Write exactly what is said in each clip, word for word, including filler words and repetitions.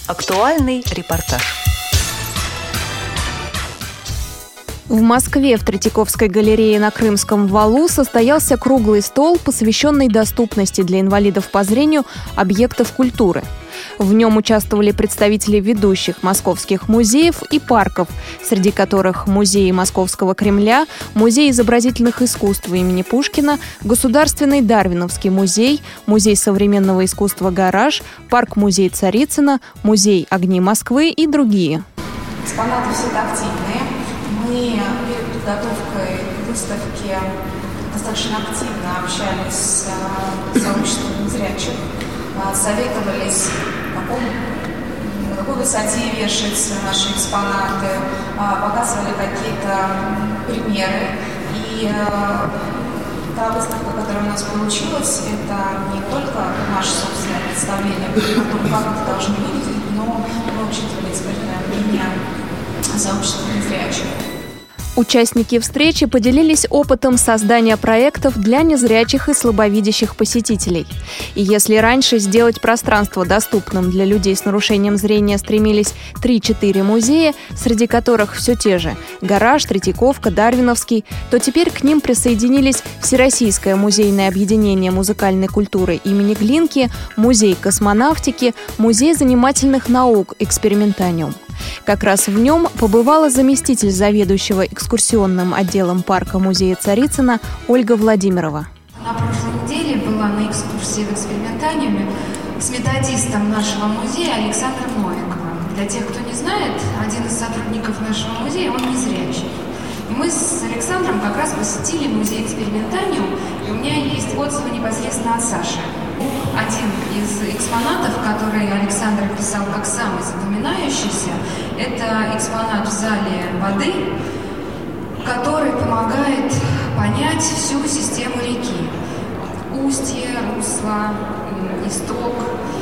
Актуальный репортаж. В Москве в Третьяковской галерее на Крымском валу состоялся круглый стол, посвященный доступности для инвалидов по зрению объектов культуры. В нем участвовали представители ведущих московских музеев и парков, среди которых Музей Московского Кремля, Музей изобразительных искусств имени Пушкина, Государственный Дарвиновский музей, Музей современного искусства «Гараж», Парк-музей Царицына, Музей огней Москвы и другие. Экспонаты всегда активные. Мы перед подготовкой к выставке достаточно активно общались с сообществом незрячих, советовались, на какой высоте вешать наши экспонаты, показывали какие-то примеры. И та выставка, которая у нас получилась, это не только наше собственное представление о том, как это должны выглядеть, но мы учитывали экспертное мнение сообщества незрячих. Участники встречи поделились опытом создания проектов для незрячих и слабовидящих посетителей. И если раньше сделать пространство доступным для людей с нарушением зрения стремились три-четыре музея, среди которых все те же – «Гараж», «Третьяковка», «Дарвиновский», то теперь к ним присоединились Всероссийское музейное объединение музыкальной культуры имени Глинки, Музей космонавтики, Музей занимательных наук «Экспериментаниум». Как раз в нем побывала заместитель заведующего экскурсионным отделом парка музея Царицына Ольга Владимирова. На прошлой неделе была на экскурсии в экспериментаниуме с методистом нашего музея Александром Новиковым. Для тех, кто не знает, один из сотрудников нашего музея, он незрячий. И мы с Александром как раз посетили музей экспериментаниум, и у меня есть отзывы непосредственно от Саши. Один из экспонатов, который Александр описал как самый запоминающийся, это экспонат в зале воды, который помогает понять всю систему реки. Устье, русло, исток,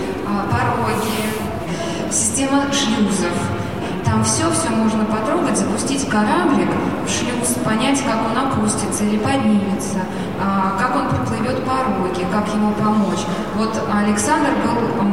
пороги, система шлюзов. Там все-все можно потрогать, запустить кораблик в шлюз, понять, как он опустится или поднимется, как он проплывет пороги, как ему помочь. Вот Александр был,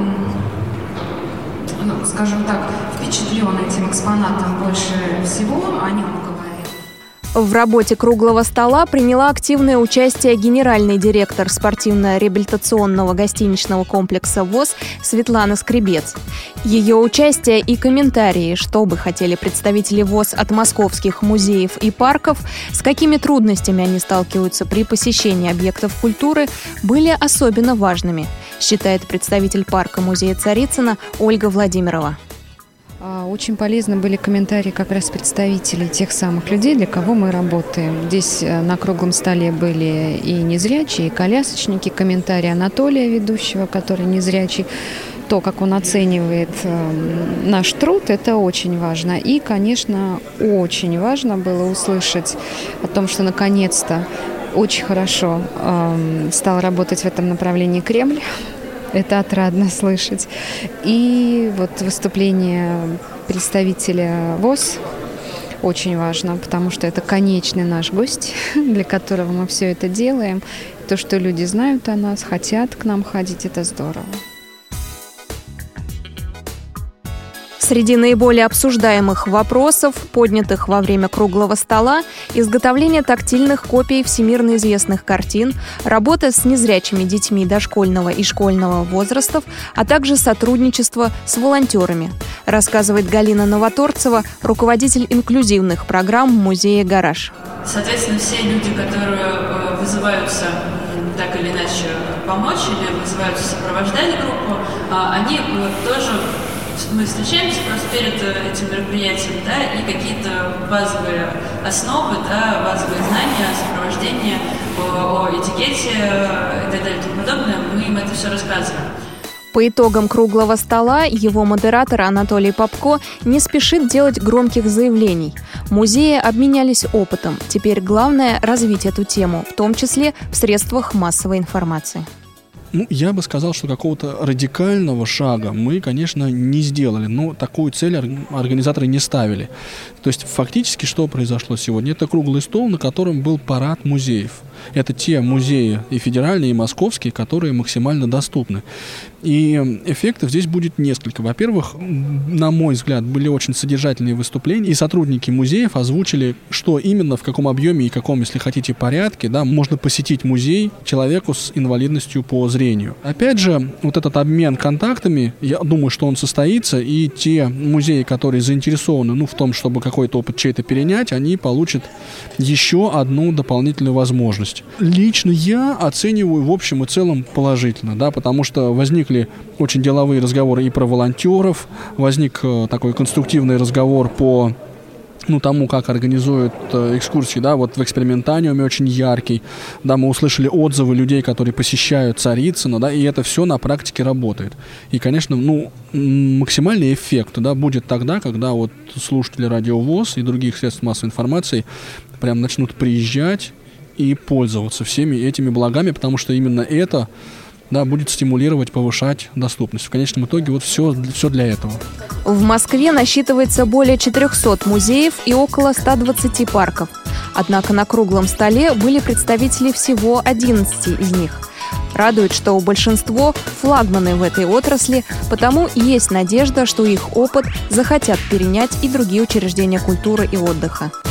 ну, скажем так, впечатлен этим экспонатом больше всего, о нем говорил. В работе круглого стола приняла активное участие генеральный директор спортивно-реабилитационного гостиничного комплекса ВОС Светлана Скребец. Ее участие и комментарии, что бы хотели представители ВОС от московских музеев и парков, с какими трудностями они сталкиваются при посещении объектов культуры, были особенно важными, считает представитель парка музея Царицына Ольга Владимирова. Очень полезны были комментарии как раз представителей тех самых людей, для кого мы работаем. Здесь на круглом столе были и незрячие, и колясочники, комментарии Анатолия, ведущего, который незрячий. То, как он оценивает наш труд, это очень важно. И, конечно, очень важно было услышать о том, что наконец-то очень хорошо стал работать в этом направлении Кремль. Это отрадно слышать. И вот выступление представителя ВОС очень важно, потому что это конечный наш гость, для которого мы все это делаем. То, что люди знают о нас, хотят к нам ходить, это здорово. Среди наиболее обсуждаемых вопросов, поднятых во время круглого стола, изготовление тактильных копий всемирно известных картин, работа с незрячими детьми дошкольного и школьного возрастов, а также сотрудничество с волонтерами, рассказывает Галина Новоторцева, руководитель инклюзивных программ музея «Гараж». Соответственно, все люди, которые вызываются так или иначе помочь или вызываются сопровождать группу, они тоже... Мы встречаемся просто перед этим мероприятием, да, и какие-то базовые основы, да, базовые знания, сопровождение о, о этикете и так далее и тому подобное, мы им это все рассказываем. По итогам круглого стола его модератор Анатолий Попко не спешит делать громких заявлений. Музеи обменялись опытом. Теперь главное – развить эту тему, в том числе в средствах массовой информации. Ну, я бы сказал, что какого-то радикального шага мы, конечно, не сделали, но такую цель организаторы не ставили. То есть фактически что произошло сегодня? Это круглый стол, на котором был парад музеев. это те музеи и федеральные, и московские, которые максимально доступны. И эффектов здесь будет несколько. Во-первых, на мой взгляд, были очень содержательные выступления, и сотрудники музеев озвучили, что именно, в каком объеме и каком, если хотите, порядке, да, можно посетить музей человеку с инвалидностью по зрению. Опять же, вот этот обмен контактами, я думаю, что он состоится, и те музеи, которые заинтересованы, ну, в том, чтобы какой-то опыт чей-то перенять, они получат еще одну дополнительную возможность. Лично я оцениваю в общем и целом положительно, да, потому что возник очень деловые разговоры и про волонтеров, возник э, такой конструктивный разговор по ну, тому, как организуют э, экскурсии, да, вот в экспериментаниуме очень яркий, да, мы услышали отзывы людей, которые посещают Царицыно, да, и это все на практике работает. И, конечно, ну, максимальный эффект, да, будет тогда, когда вот слушатели Радио ВОС и других средств массовой информации прям начнут приезжать и пользоваться всеми этими благами, потому что именно это да, будет стимулировать, повышать доступность. В конечном итоге вот все, все для этого. В Москве насчитывается более четырехсот музеев и около ста двадцати парков. Однако на круглом столе были представители всего одиннадцати из них. Радует, что большинство флагманы в этой отрасли, потому есть надежда, что их опыт захотят перенять и другие учреждения культуры и отдыха.